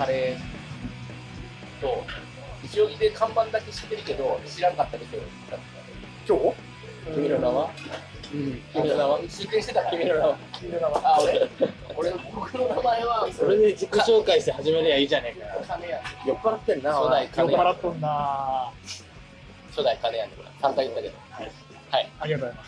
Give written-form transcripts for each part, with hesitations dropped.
カレーと西荻で看板だけ知ってるけど知らんかったですよ。 今日君の名は？君の名は？出店してたから。君の名は？君の名は？あ、俺僕の名前はそれで自己紹介して始めりゃいいじゃねえかよ。 金谷。 酔っ払ってんな。 初代酔っ金谷。 払っとんな。 初代金谷で3回言ったけど。はい。 ありがとうございます。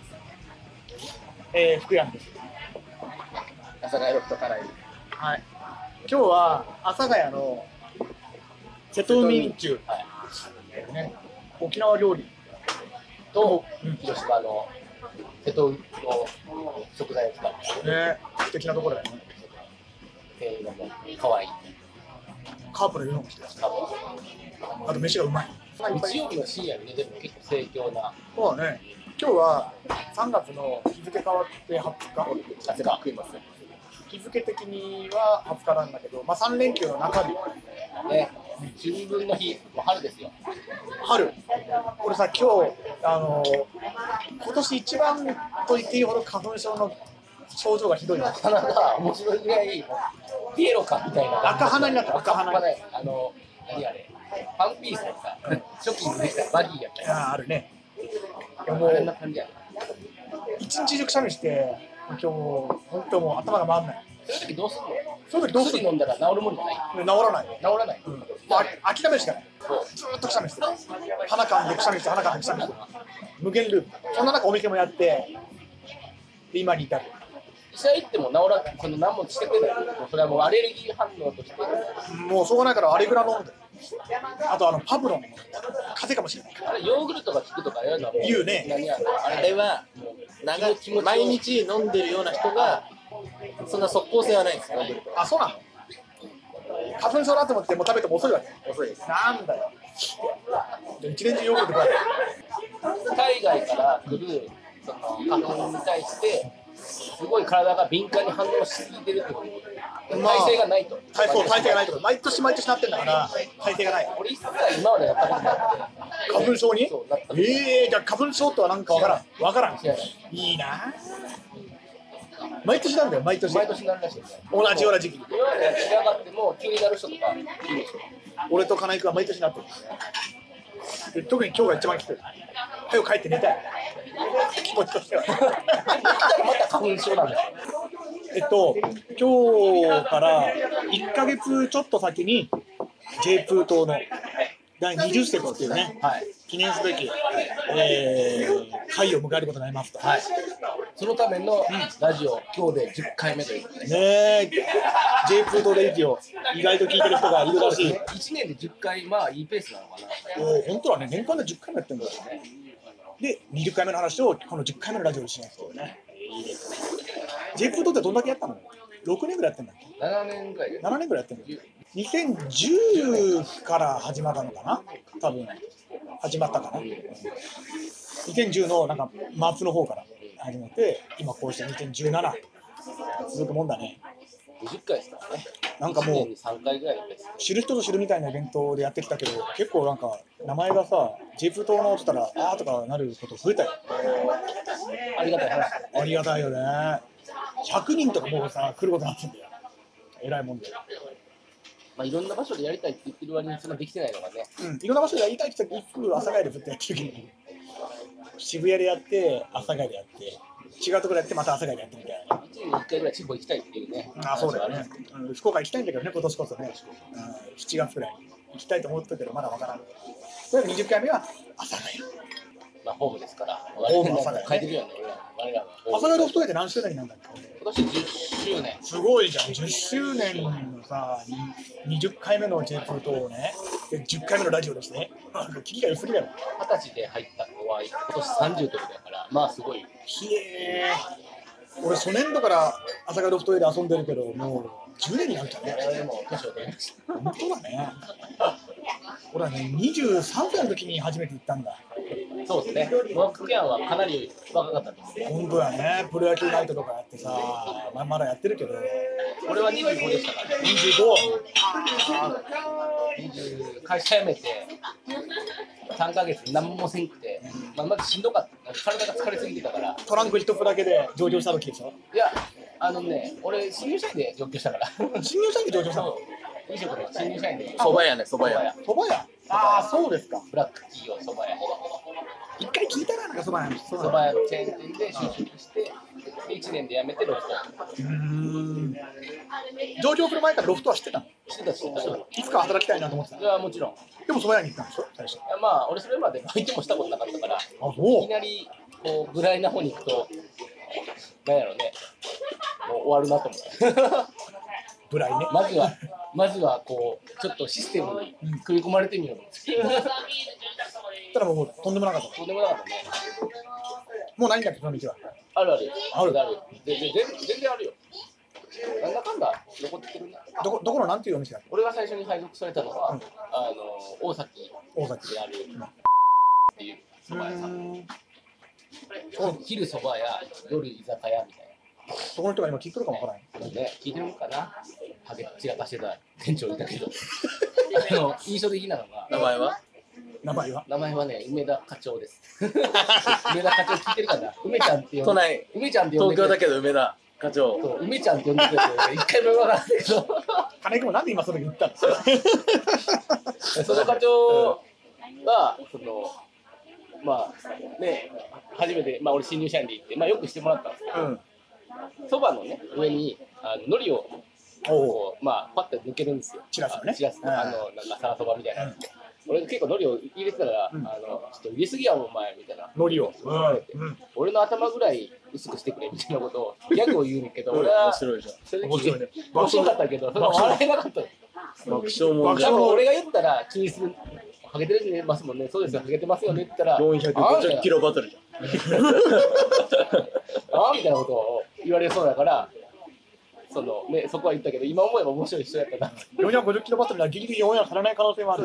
福山です。 阿佐ヶ谷ロフトからいる。 はい。今日は阿佐ヶ谷の瀬戸海中、ね、沖縄料理と広島の瀬戸内の食材を使ってね、素敵なところだよね。 店員がもう可愛い。 カープのユニフォーム着てる。あと飯がうまい。 日曜日の深夜にね、でも結構盛況な。 そうだね。今日は3月の日付変わって20日。 汗が食います。 日付的には20日なんだけど、まあ3連休の中日。 ね、春分の日、もう春ですよ。 春。これさ、今日今年一番と言っていいほど花粉症の症状がひどいの。 鼻が面白いぐらいピエロかみたいな。 赤鼻になった。赤鼻。 何あれ。パンピースのさ、初期にできたバギーやったよ。 あるね。いやもうあれな感じや。 一日中くしゃみして、今日本当もう頭が回んない。 そういう時どうするの？ そういう時どうする薬飲んだら治るもんじゃない？ 治らない。 治らない。 諦めるしかない。ずーっとくしゃみしてる。鼻かんでくしゃみして、鼻かんでくしゃみしてる。無限ループ。そんな中お店もやって、で今に至る。 医者行っても治らない、その何もしてくれない。それはもうアレルギー反応として。 もうしょうがないからアレグラ飲んで。あとパブロン。風邪かもしれない。 あれヨーグルトが効くとか言うのはもう言うね。 あれは毎日飲んでるような人がそんな即効性はないんですよ。 あ、そうなの。花粉症だと思ってもう食べても遅いわけ。 遅いです。 なんだよ。一年中ヨーグルト食わない。 海外から来るその花粉に対してすごい体が敏感に反応しすぎてるってこと。耐性がないと。 耐性がないとか。毎年毎年なってんだから耐性がない。 俺一切今までやったことなくて。 花粉症に？ そうなった。 じゃあ花粉症とはなんかわからん。いいな。毎年なんだよ、毎年。 毎年なるらしいです。 同じような時期に。 今まで仕上がっても急になる人とかいるでしょ。 俺と金井君は毎年なってる。で特に今日が一番きつい。早く帰って寝たい。気持ちとしては。 また花粉症なんですよ。 今日から1ヶ月ちょっと先に J プー島の第20節っていうね、 はい、 記念すべき、回を迎えることになりますと。 はい、そのためのラジオ、今日で10回目ということで。 ねえ、J プー島レイジオ、意外と聞いてる人がいるらしい。 1年で10回、まあいいペースなのかな。 本当はね、年間で10回もやってるんだよね。で、20回目の話をこの10回目のラジオにしますけどね。いいですね。J プー島ってどんだけやったの？6年ぐらいやってんだっけ ？7年ぐらいで。 7年ぐらいやってんだよ。2010から始まったのかな、多分始まったかな。2010のなんか末の方から始めて、今こうして2017続くもんだね。 20回ですからね。 なんかもう 3回ぐらいです。 知る人ぞ知るみたいなイベントでやってきたけど、結構なんか名前がさ、J プー島のって言ったらあーとかなること増えたよ。 ありがたい話。 ありがたいよね。100人とかもうさ来ることになってんだよ。偉いもんで。 まあいろんな場所でやりたいって言ってる割にそんなできてないのがね。 いろんな場所でやりたいって言って阿佐ヶ谷でずっとやってるけど、渋谷でやって阿佐ヶ谷でやって違うところでやってまた阿佐ヶ谷でやってみたいな。 1年に1回ぐらい地方行きたいっていうね。 あ、そうだよね。福岡行きたいんだけどね、今年こそね。7月ぐらいに行きたいと思ってたけどまだわからん。とりあえず20回目は阿佐ヶ谷。 まあホームですから。 ホーム阿佐ヶ谷。 書いてるよね。我らは。 阿佐ヶ谷ロフトウェイって何周年なんだっけ？ 今年10周年。 すごいじゃん。10周年のさ、20回目の J プー島をね、で10回目のラジオですね。聞きが良すぎだよ。 20歳で入った子は今年30ということだから、まあすごい。 ひえー。俺初年度から阿佐ヶ谷ロフトウェイで遊んでるけど、もう10年になるじゃんね。 我々も年を取りました。 本当だね。俺はね、23歳の時に初めて行ったんだ。 そうですね。モックキャンはかなり若かったんですね。 本当だね。プロ野球ナイトとかやってさ、まだやってるけど。 俺は25でしたから。 25。 会社辞めて3ヶ月何もせんくて、まずしんどかった。体が疲れすぎてたから。 トランク一つだけで上場した時でしょ。 いや、俺新入社員で上京したから。 新入社員で上場したの？ 飲食の新入社員で蕎麦屋ね、蕎麦屋。 蕎麦屋。ああ、そうですか。 ブラック企業蕎麦屋一回聞いたな、なんか蕎麦屋の。 蕎麦屋のチェーン店で就職して1年で辞めてロフト上京する前からロフトは知ってたの？ してたいつか働きたいなと思ってた。 いやもちろんでも蕎麦屋に行ったんでしょ、最初。 まあ俺それまでバイトもしたことなかったからあ、そいきなりこうぐらいな方に行くとなんやろうねもう終わるなと思ってぐらいね。 まずはこうちょっとシステムに組み込まれてみようたらもうとんでもなかった。 とんでもなかったねもうないんだっけ、その道は。 あるある全然あるよなんだかんだ残ってるなどこのなんていうお店だっけ？ 俺が最初に配属されたのは、大崎大崎であるっていう蕎麦屋さん昼蕎麦屋夜居酒屋みたいそこの人が今聞いてるかもわからない。 なね聞いてるのかなハゲ散らかしてた店長いたけど印象的なのが名前は名前はね梅田課長です梅田課長聞いてるかな梅ちゃんって呼んで都内、 梅ちゃんって呼んで東京だけど梅田課長。 そう梅ちゃんって呼んでくれて一回も言わなかったけど金井君もなんで今それ言ったの？ その課長がまあね初めて、まあ、俺新入社員で行って、まあ、よくしてもらったんですけどそば、のね上に海苔をこう、まあ、パッと抜けるんですよ散らすのね。 なんか皿そばみたいな、俺結構海苔を入れてたら、ちょっと入れすぎやもんお前みたいな海苔を。 俺の頭ぐらい薄くしてくれみたいなことをギャグを言うんだけど俺は面白いじゃん。 それ面白いね。 面白かったけどそれは笑えなかったの爆笑もんじゃん。 多分俺が言ったら気にするハゲてるますもんねそうですよハゲてますよねって言ったら 450キロバトルじゃん。 ああみたいなことを言われそうだからそこは言ったけど今思えば面白い人やったな 450キロバトルはギリギリオンエアされない可能性もある。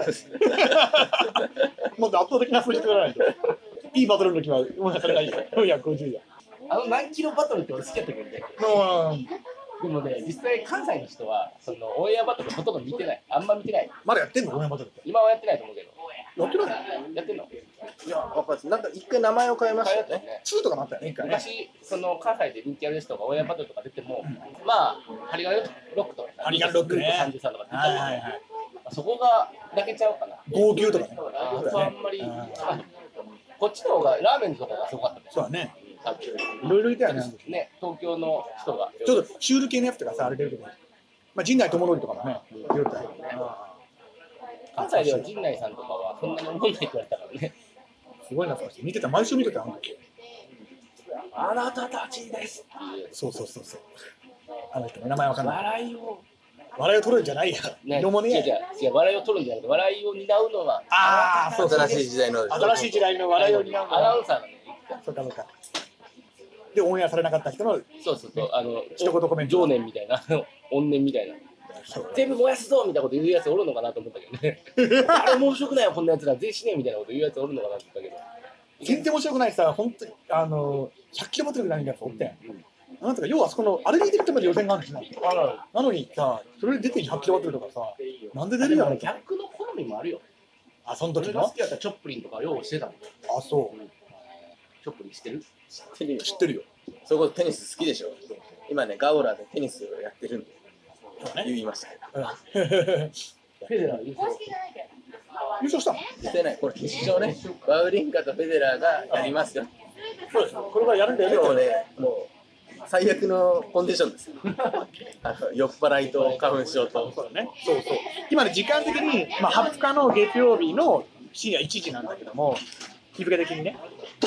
もっと圧倒的な数字取らないと。いいバトルの時はオンエアされないよ。450や。 何キロバトルって俺好きやったけどねでもね実際関西の人はオンエアバトルほとんど見てないあんま見てないまだやってんのオンエアバトルって。 今はやってないと思うけどやってない？ やってんのいや、わかんない。なんか一回名前を変えましたよね。 2とかなったよね、一回ね。 昔関西で人気ある人がオンエアバトルとか出ても、まあハリガンロックとかハリガンロックね 33とか出たりそこがだけちゃうかな号泣とかね。 あとあんまりこっちの方がラーメンズとかがすごかったねそうだね。 多分いろいろいたよね。 ね東京の人がちょっとシュール系のやつとかさ、あれ出るけど、まあ、陣内智則とかもね、出るたよ。 関西では陣内さんとかはそんなに思んないって言われたからねすごい懐かしい。見てた、毎週見てた、あの時。 あなたたちですそう。あの人ね、名前わかんない。 笑いを取るんじゃないや。色もね違う笑いを取るんじゃなくて笑いを担うのはああ、そう新しい時代の。 新しい時代の笑いを担うのアナは。 ウンサーがねそうか。で、オンエアされなかった人のそう一言コメント。 情念みたいな怨念みたいな全部燃やすぞみたいなこと言うやつおるのかなと思ったけどねあれ面白くないよこんなやつら全死ねみたいなこと言うやつおるのかなと思ったけど全然面白くないさ、本当に100キロバトルぐらいのやつおってん。なんとか、要はあそこの、あれに出るために予選があるんですよ。なのにさ、それで出て100キロバトルとかさ、なんで出るやろギャップの好みもあるよあ、その時の俺が好きやったらチョップリンとかようしてたもんあ、そう。 チョップリン知ってる知ってるよ。 そこテニス好きでしょ。今ね、ガオラでテニスをやってるんで。言いましたけど。 フェデラー優勝優勝したの？ してない。これ決勝ね。バウリンカとフェデラーがやりますよ。 そうです。これからやるんだよね。 今日ね、もう最悪のコンディションですよ。酔っ払いと花粉症と。 そうだね。そう。今ね、時間的に、まあ、20日の月曜日の深夜1時なんだけども、日付的にね、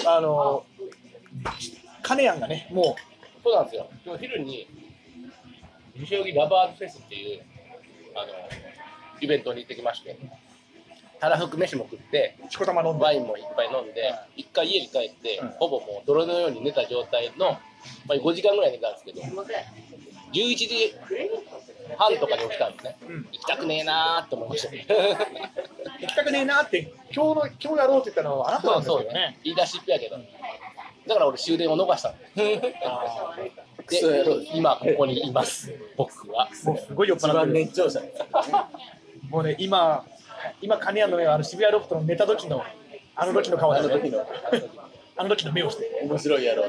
金谷がね、もそうなんですよ今日昼に西荻ラバーズフェスっていうイベントに行ってきましてたらふく飯も食ってう、しこたま飲んで。 ワインもいっぱい飲んで一回家に帰ってほぼもう泥のように寝た状態の5時間ぐらい寝たんですけど11時半とかに起きたんですね、行きたくねえなーって思いましたね行きたくねえなって、今日やろうって言ったのはあなたなんですよね。 言い出しっぺやけどだから俺終電を逃したので今ここにいます僕はもうすごい酔っ一番払ってる。 熱唱者です。 もうね、今金谷のね、渋谷ロフトの寝た時のあの時の顔だね。 あの時の目をして。 面白いやろ。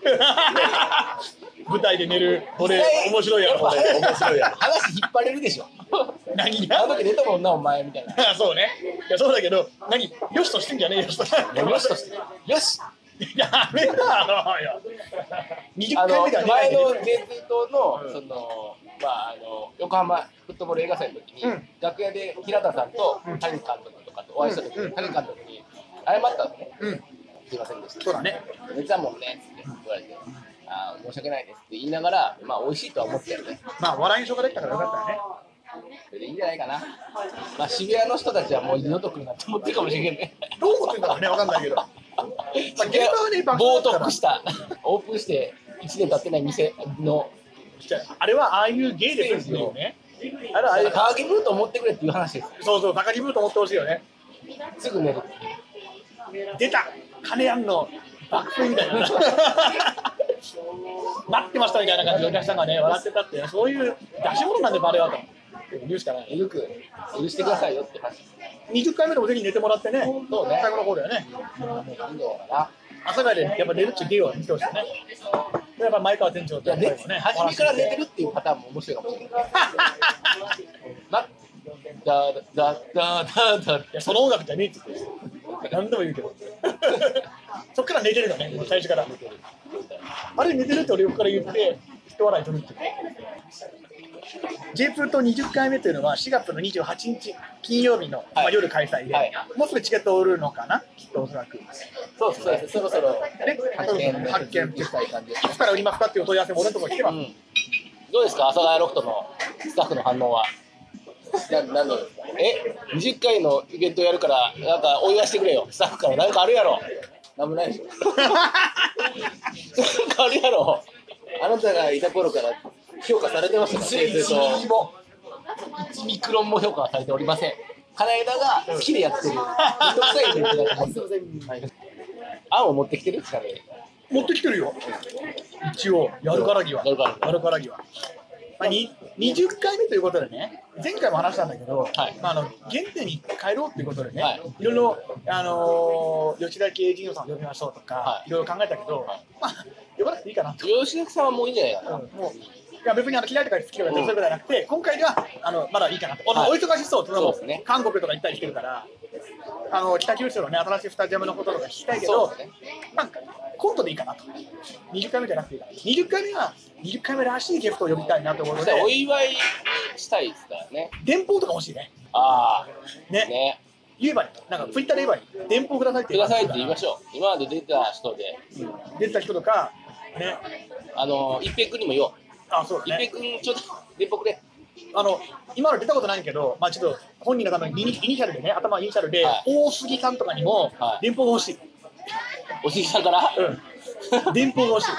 舞台で寝る俺面白いやろ。 面白いやろ。話引っ張れるでしょ。 何が？ あの時寝たもんなお前みたいな。 そうね。いやそうだけどよしとしてんじゃねえよ。よしとして。 よし。 やめだ20回目では前の J2 党のその横浜フットボール映画祭の時に楽屋で平田さんと谷監督とかとお会いした時に谷監督に謝ったのね。すいませんでした。 そうだね。 寝てたもんねって言われて、申し訳ないですって言いながら、まあ美味しいとは思ったよね。 まあ笑いにしょうができたからよかったよね。 それでいいんじゃないかな。まあ渋谷の人たちはもう二度と来るなって思ってるかもしれないね。 どう思ってんだろうね、わかんないけど。まあ現場はね、 冒涜したオープンして1年経ってない店のあれはああいう芸ですよね。 あれ高木ブーと思ってくれっていう話です。 そうそう、高木ブーと思ってほしいよね。 すぐ寝る。 出た金やんのバックみたいな待ってましたみたいな感じでお客さんがね笑ってたって、そういう出し物なんでバレはと言うしかない。 許してくださいよって話。 20回目でもぜひ寝てもらってね。 そうね。 最後の方だよね。朝帰りでやっぱ寝るっていう芸を見てほしいね。やっぱ前川店長って初めから寝てるっていうパターンも面白いかもしれない。 その音楽じゃねえって言って何でも言うけどそっから寝てるのね、最初からあれ寝てるって俺横から言って人笑い取るっていう。 J プート20回目というのは4月の28日金曜日の、夜開催で、もうすぐチケットを売るのかな、きっとおそらく。 そうです、そろそろ発見したい感じで、いつから売りますかっていうお問い合わせも俺のところに来てます。 どうですか、阿佐ヶ谷ロフトのスタッフの反応は。何の20回のイベントやるからなんかお祝いしてくれよ、スタッフからなんかあるやろ。なんもないでしょ。なんかあるやろ。 あなたがいた頃から評価されてましたからね。 1ミクロンも評価はされておりません。金枝が好きでやってるめんどくさいイベントだと思ってます。あんを持ってきてる？ 持ってきてるよ。一応やるからぎは。20回目ということでね、前回も話したんだけど、原点に帰ろうということでね、いろいろ吉田系事業さんを呼びましょうとか、いろいろ考えたけど、呼ばなくていいかなと。 吉田さんはもういいんじゃないかな。 別に嫌いとか好きとかそういうことじゃなくて、今回ではまだいいかなと。お忙しそう、韓国とか行ったりしてるから、北九州のね新しいスタジアムのこととか聞きたいけど、コントでいいかなと。20回目じゃなくていいかな。20回目は20回目らしいゲストを呼びたいなと思うので、 お祝いしたいですからね。 電報とか欲しいね。ね。言えばいい。なんかツイッターで言えばいい。電報くださいって言いましょう。今まで出た人で。 出た人とかね。 一平君にも言おう。 そうだね。 一平君ちょっと電報くれ。 今の出たことないけど、ちょっと本人のためにイニシャルでね、頭イニシャルで、大杉さんとかにも電報が欲しい。 大杉さんから？ 電報が欲しい。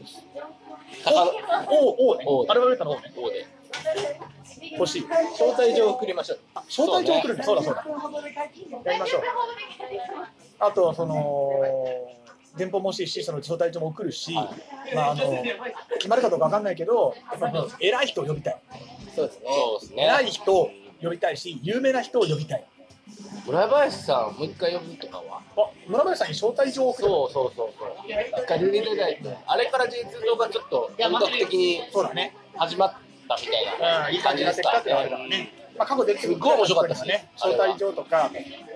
おね。アルファベットのOね。欲しい。 招待状を送りましょう。 招待状を送るんだ。そうだ。やりましょう。あと電報も欲しいし、その招待状も送るし、決まるかどうかわかんないけど、やっぱ偉い人を呼びたい。 そうですね。 偉い人を呼びたいし、有名な人を呼びたい。 村林さんもう一回呼ぶとかは？ 村林さんに招待状を送る。 そう。一回出ていただいて、あれから J2 動画ちょっと本格的に始まったみたいな。 いい感じになってきたって言われたらね。過去出てすごい面白かったですね。 招待状とか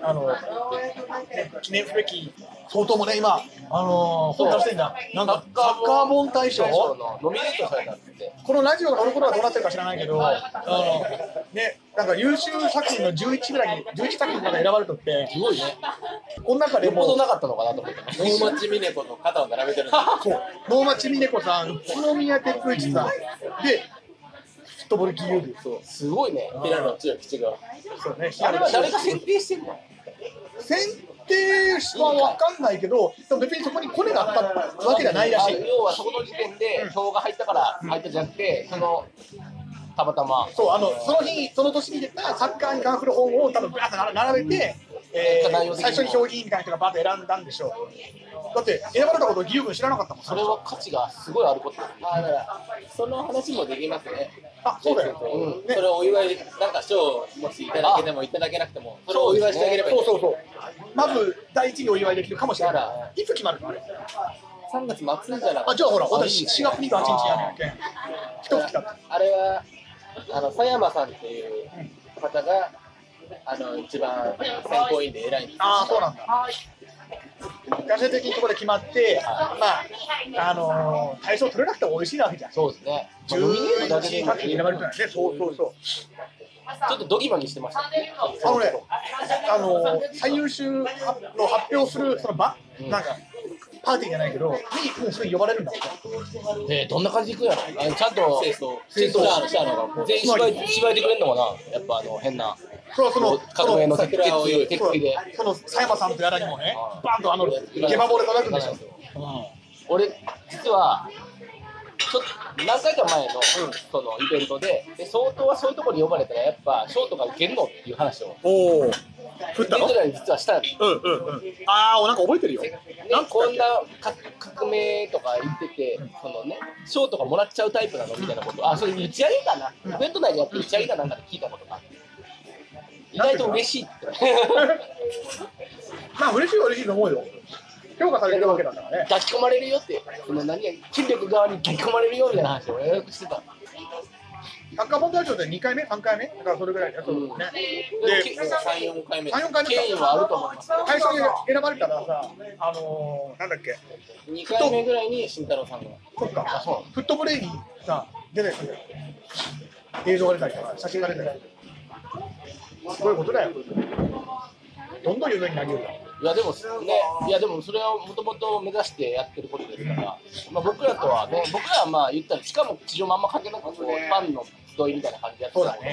記念すべき相当もね今本出してんだ。なんかサッカー本大賞のノミネートされたんですって。 このラジオが乗る頃はどうなってるか知らないけど、ね、なんか優秀作品の11ぐらいに11作品の中に選ばれとって、 すごいね。 この中でもよっぽどなかったのかなと思って。 能町みね子と肩を並べてるんです。 そう、能町みね子さん、宇都宮哲一さんで。フットボール企業部、 すごいね。 平野千秋が。 そうね。 あれは誰が選定してんの？ 選定は分かんないけど、でも別にそこにコネがあったわけじゃないらしい。 要はそこの時点で票が入ったから入ったじゃなくて、たまたま。 そうその日その年に出たサッカーに関する本を多分バーッと並べて、最初に評議員みたいな人がバーッと選んだんでしょう。だって選ばれたことを義勇軍知らなかったもん。 それは価値がすごいあること。その話もできますね。 そうだよ。 それをお祝いなんか賞をもしいただけてもいただけなくても、それをお祝いしてあげればいい。 そう。 まず第一にお祝いできるかもしれない。いつ決まるのあれ ？3月末じゃなくて。 あ、じゃあほら、私4月28日やねんけん。一月だった。 あれは佐山さんっていう方が一番選考委員で偉いんです。 ああ、そうなんだ。最終的にところで決まって、まあ大賞取れなくても美味しいなわけじゃん。 そうですね。 11位各選ばれてないね。そうそうそう。 ちょっとドギマギしてました。 最優秀の発表するその場、なんかパーティーじゃないけど、にすぐ呼ばれるんだって。 どんな感じで行くんやろ。ちゃんと清掃シャアのが全員芝居でくれんのかな。やっぱ変な。 その革命の鉄でその佐山さんとやらにもね、バンとゲバボで叩くんでしょ。 俺実はちょっと何回か前のそのイベントで相当はそういうところに呼ばれたらやっぱ賞とか受けるのっていう話を振ったの？ 実はしたんです。 ああ、なんか覚えてるよ。 こんな革命とか言ってて、そのね、賞とかもらっちゃうタイプなのみたいなこと、それ打ち上げかな、イベント内でやって打ち上げかなんかで聞いたことがあって、意外と嬉しいって。 まあ嬉しいと思うよ。評価されてるわけだからね。 抱き込まれるよって、その何や権力側に抱き込まれるよみたいな話をよくしてた。 サッカー問題長で2回目 ?3 回目だからそれぐらいだとね。 で、3、4回目。 権威はあると思います。 最初に選ばれたらさ、なんだっけ、 2回目ぐらいに慎太郎さんが。 そっか、フットブレイにさ、出てくる映像が出たりとか、写真が出たりとか。すごいことだよ。どんどん有名になりうる。 いやでもそれはもともと目指してやってることですから、僕らとはね、僕らはまあ言ったらしかも地上もあんま関係なくファンの集いみたいな感じでやってたから、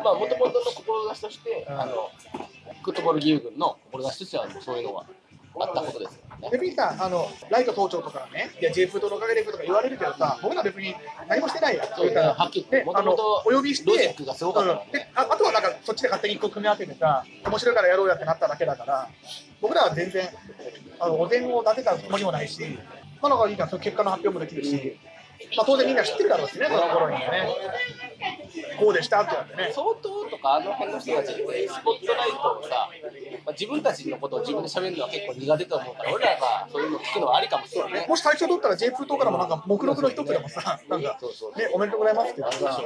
まあもともとの志としてフットボール義勇軍の志としてはそういうのがあったことですからね。 別にさ、ライト総長とかね、いや J フードのおかげでとか言われるけどさ、僕ら別に何もしてないよ。 そういうはっきり言ってもともとお呼びしてロジックがすごかったので、あとはなんかそっちで勝手に一個組み合わせてさ、面白いからやろうやってなっただけだから、僕らは全然お膳を立てたつもりもないし、まあなんかいいじゃん、その結果の発表もできるし、まあ当然みんな知ってるだろうしね、その頃にはね。こうでしたってやってね。 相当とか辺の人たちってスポットライトをさ、自分たちのことを自分で喋るのは結構苦手と思うから、俺らがそういうの聞くのはありかもしれないね。 もし大賞取ったら J フードからもなんか目録の一つでもさ、なんかね、おめでとうございますって言ってさ、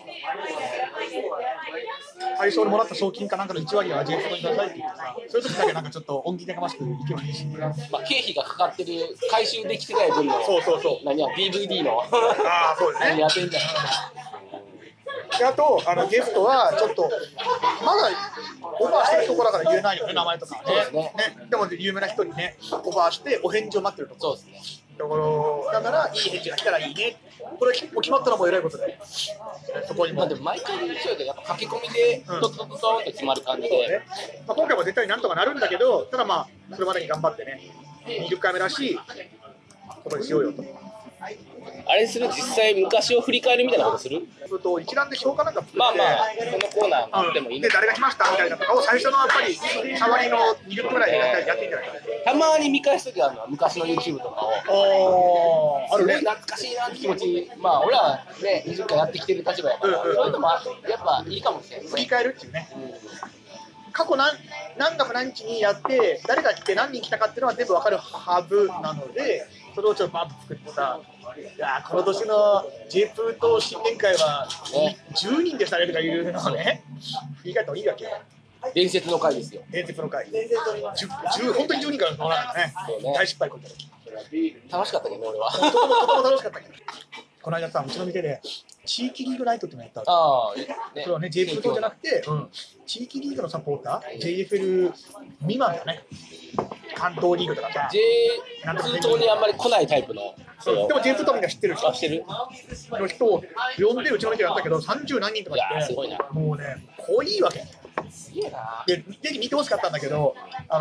大賞でもらった賞金かなんかの1割は J フードにくださいって言ってさ、そういう時だけなんかちょっと恩義でかましくいけばいいし、 経費がかかってる回収できてない分の何や DVD のそうですね。 何やってんじゃないであとゲストはちょっとまだオファーしてるところだから言えないよね、名前とかね。でも有名な人にねオファーしてお返事を待ってるところ。 そうですね。 だからいい返事が来たらいいね。これもう決まったらもう偉いことで。そこにも。 でも毎回言っちゃうけどやっぱ駆け込みでトトトトって決まる感じで。 今回も絶対なんとかなるんだけど、ただまあそれまでに頑張ってね。20回目らしいことにしようよと。 あれする実際昔を振り返るみたいなことする？ 一覧で評価なんか作って、 まあそのコーナーあってもいい。 で誰が来ましたみたいなとかを最初のやっぱり触りの20分ぐらいでやっていいんじゃないかな。 たまに見返すときは昔の YouTube とかをすごい懐かしいなって気持ち、まあ俺はね20回やってきてる立場やから、そういうのもやっぱいいかもしれない。 振り返るっていうね。過去何月何日にやって誰が来て何人来たかっていうのは全部わかるはずなので、それをちょっとバンと作ってさ、いやこの年の J プーと新年会は10人でしたねとかいうのをね、言い換えた方がいいわけよ。 伝説の回ですよ。 伝説の回。本当に10人から乗らないね。大失敗これ。 楽しかったけどね俺は。 とても楽しかったけど。この間さ、うちの店で地域リーグナイトっていうのやったわけ。それはね J プーじゃなくて、地域リーグのサポーター JFL 未満だね。関東リーグとかさ J2 島にあんまり来ないタイプの。 でも J2 とみんな知ってる人。 知ってるの人を呼んでうちの店やったけど30何人とか来て、 すごいな。 もうね濃いわけ。 すげえな。 でぜひ見てほしかったんだけど、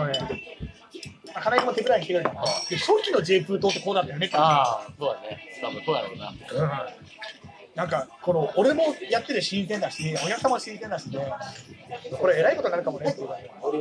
金井君も手伝いに来てくれたから、初期の J プー島ってこうなんだよねって。 そうだね。多分そうだろうな。 なんかこの俺もやってて新鮮だし、お客様も新鮮だしで、これ偉いことになるかもねっていう。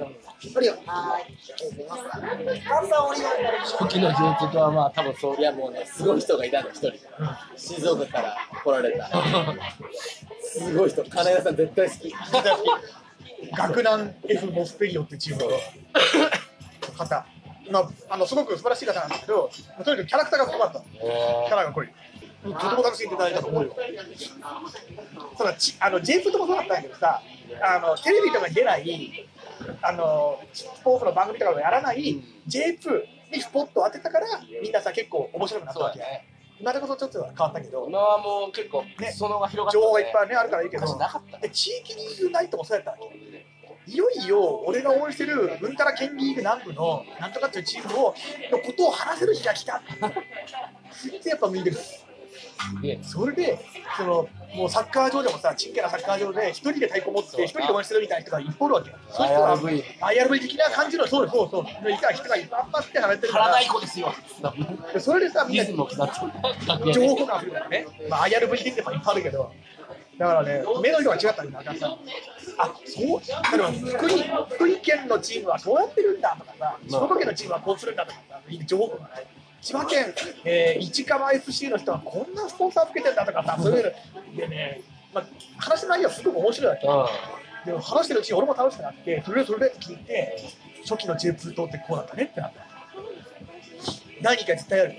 初期のJ プーとはまあ多分そう、いやもうねすごい人がいたの一人。静岡から来られた。すごい人。金井さん絶対好き。 学南 F モスペリオってチームで。 方、まあ、すごく素晴らしい方なんだけど、とにかくキャラクターが濃かった。キャラが濃い。とても楽しんでいただいたと思うよ。そうだ、J プともそうだったんだけどさ、テレビとかに出ない、スポーツの番組とかをやらない J プにスポットを当てたから、みんなさ、結構面白くなったわけ。今でこそちょっと変わったけど、 今はもう結構、ね、そのが広がった、 情報がいっぱい、ね、あるからいいけど、 で地域リーグナイトもそうやったわけ。いよいよ俺が応援してるうんたら県リーグ南部のなんとかっていうチームのことを話せる日が来たってやっぱ見る。それでもうサッカー場でもさ、ちっちゃなサッカー場で一人で太鼓持って一人で応援してるみたいな人がいっぱいいるわけよ。そういう人が IRV 的な感じの、そうそうそういた人がいっぱいって話してるから。 腹ない子ですよ。 それでさ、みんな情報が来るからね。まあ IRV 的でもいっぱいあるけど。だからね、目の色が違ったんだ。あ、そう。だから福井県のチームはそうやってるんだとかさ、静岡県のチームはこうするんだとかさ、情報がない。千葉県、市川 FC の人はこんなスポンサーつけてんだとかさ、そういうのでね、まあ、話の内容はすごく面白いわけ。でも話してるうちに俺も楽しくなって、それで聞いて、初期の J2 党ってこうだったねってなった。何か絶対やる。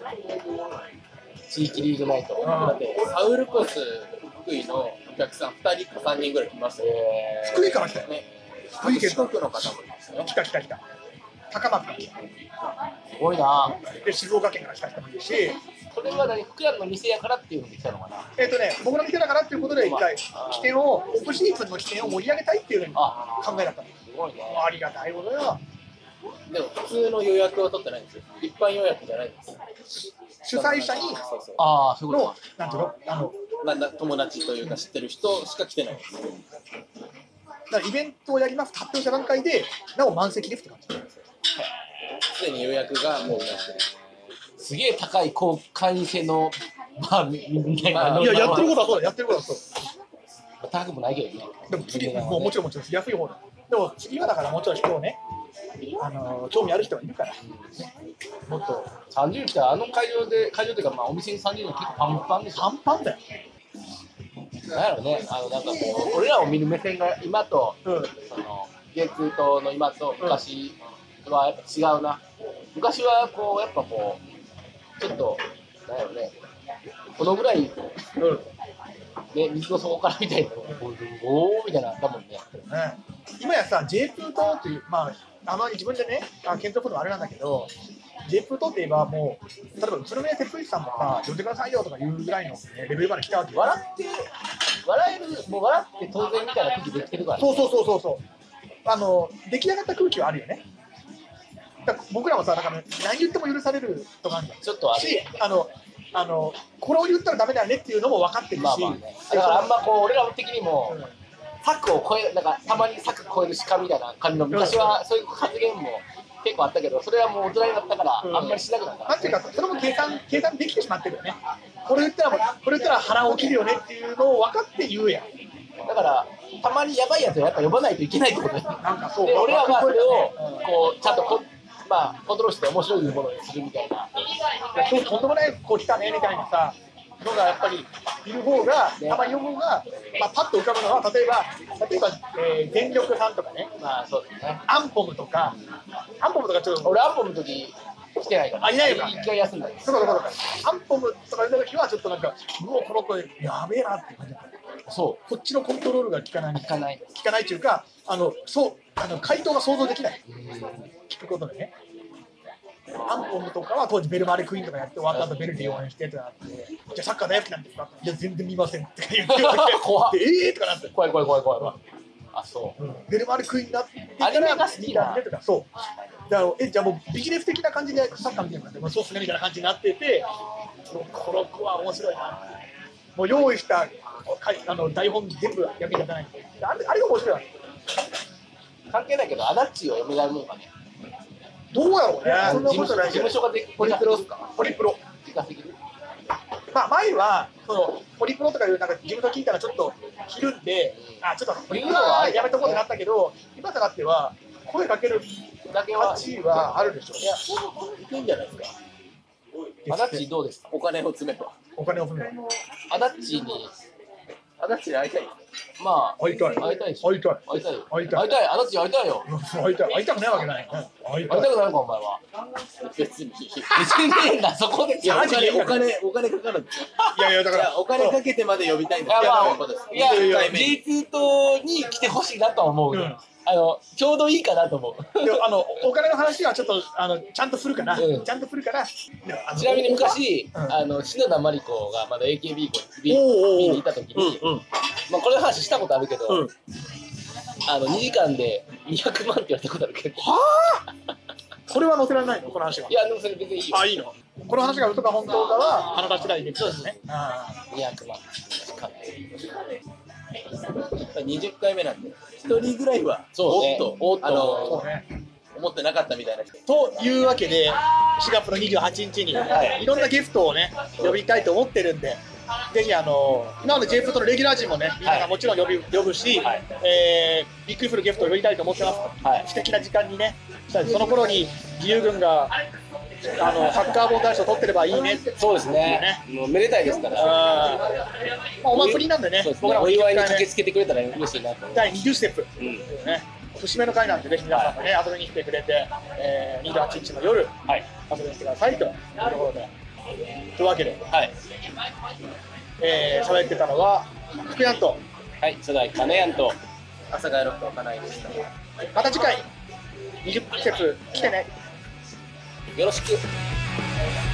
地域リーグナイト。 だってサウルコス福井のお客さん2人か3人ぐらい来ますよ。 福井から来たよね。 福井県四国の方もいますよ。 来た。高松から来た。 すごいな。 で静岡県から来た人もいるし。 それは何、福山の店やからっていうふうに来たのかな。 僕の店だからっていうことで一回起点をオフシーズンの起点を盛り上げたいっていう考えだったの。すごいね。 ありがたいことよ。 でも普通の予約を取ってないんですよ。一般予約じゃないんです。 主催者にのなんていうの友達というか知ってる人しか来てないんです。 だからイベントをやりますって発表した段階でなお満席ですって感じ。 すでに予約がもうなってる。 すげえ高い会員制のバーみたいな。 いや、やってることはそうだ、やってることはそう。 高くもないけどね。 でも次、もうもちろん安い方だ。でも次はだからもちろん人をね、興味ある人がいるから、もっと 30人来たら会場というか、まあ、お店に30人結構パンパンでしょ。 パンパンだよ。 なんやろね、なんかこう俺らを見る目線が今と、J2 党の今と昔はやっぱ違うな。昔はこうやっぱこうちょっとなんやろね、このぐらい、ね、水の底からみたいなおーみたいなだもんね。 今やさ J2 党っていう、まあ自分でね検討するのはあれなんだけど、J2 党って言えばもう例えば宇都宮哲一さんもさ呼んでくださいよとかいうぐらいの、レベルまで来たわけよ。 笑って当然みたいな空気できてるから、ね、 そう出来上がった空気はあるよね。だから僕らもさ、なんか何言っても許されるとかあるんだよ。 ちょっとあるし、 これを言ったらダメだよねっていうのも分かってるし、 だからあんまこう俺ら的にも、柵を超えなんかたまに柵超える鹿みたいな感じの昔はそういう発言も結構あったけど、それはもう大人になったからあんまりしなくなった。 なんていうかそれも計算できてしまってるよね。これ言ったら腹を切るよねっていうのを分かって言うやん。 だからたまにやばいやつはやっぱ呼ばないといけないってことね。 なんかそう。 で俺らがそれをこうちゃんとコントロールして面白いものにするみたいな。 今日とんでもない子来たねみたいなさのがやっぱりいる方が、たまに呼ぶ方が、パッと浮かぶのは例えば、全力さんとかね、 そうですね。 アンポムとかちょっと俺アンポムの時来てないから。 いないよか。 一回休んだ。 そうアンポムとか出た時はちょっとなんかもうこの子やべえなって感じだった。そう。こっちのコントロールが効かないっていうか、回答が想像できない。聞くことでね。アンポムとかは当時ベルマーレクイーンとかやって終わった後ベルディ応援してってなって、じゃあサッカー大好きなんですか？いや全然見ませんって言って怖いとかなって怖い。あ、そう。 ベルマーレクイーンだってアニメが好きなとか、そうだからじゃあもうビジネス的な感じでサッカー見てるんで、そうっすねみたいな感じになってて、この子は面白いな。もう用意した台本全部役に立たないんで、あれが面白いわ。 関係ないけどアダッチを読みがるのかね。 どうやろうね。そんなことない。 事務所がホリプロですか？ホリプロ。前はホリプロとかいうなんか事務所聞いたらちょっとひるんで、ちょっとホリプロはやめとこうってなったけど、今となっては声かけるだけは地位はあるでしょう。いや、 いくんじゃないですか。 アダッチどうですか？ お金を詰めば。 お金を詰めば。 アダッチに会いたい。 まあ会いたい。 会いたいし。 会いたい。 会いたいよ。 会いたい。 会いたい。あなたたち会いたいよ。 会いたい。会いたくないわけない。会い会いたい。 たくないのかお前は。 別に。 別にねえんだそこで。 いや、お金かかるんですよ。 いやいや、だからお金かけてまで呼びたいんですよ。 いや、 20回目に。 J2 党に来てほしいなとは思う。ちょうどいいかなと思う。 でお金の話はちょっとちゃんとするかな。 うんちゃんとするから。 ちなみに昔、篠田麻里子がまだ AKB にいた時に、まあこれの話したことあるけど、2時間で200万って言われたことあるけど。 はあ。これは載せられないのこの話は。 いやでもそれ別にいいよ。 あ、いいの。この話が嘘か本当かはあなた次第でそうですね。 200万使って 20回目なんで、1人ぐらいはそうねおっとそうね。 思ってなかったみたいな人。 というわけで4月の28日にいろんなゲストをね呼びたいと思ってるんで、ぜひ今まで J プロのレギュラー陣もねみんながもちろん呼ぶし、びっくりするゲストを呼びたいと思ってます。素敵な時間にね、その頃に義勇軍がサッカー本大賞取ってればいいね。 そうですね。もうめでたいですから。 まあお祭りなんでね、 僕らお祝いに駆けつけてくれたら嬉しいなと。 第20ステップね。節目の回なんで、ぜひ皆さんもね、遊びに来てくれて、28日の夜、遊びに来てくださいというところで。というわけで、喋ってたのは、福やんと、 初代金やんと、 阿佐ヶ谷ロフト金井でした。 また次回、20ステップ来てね。 よろしく。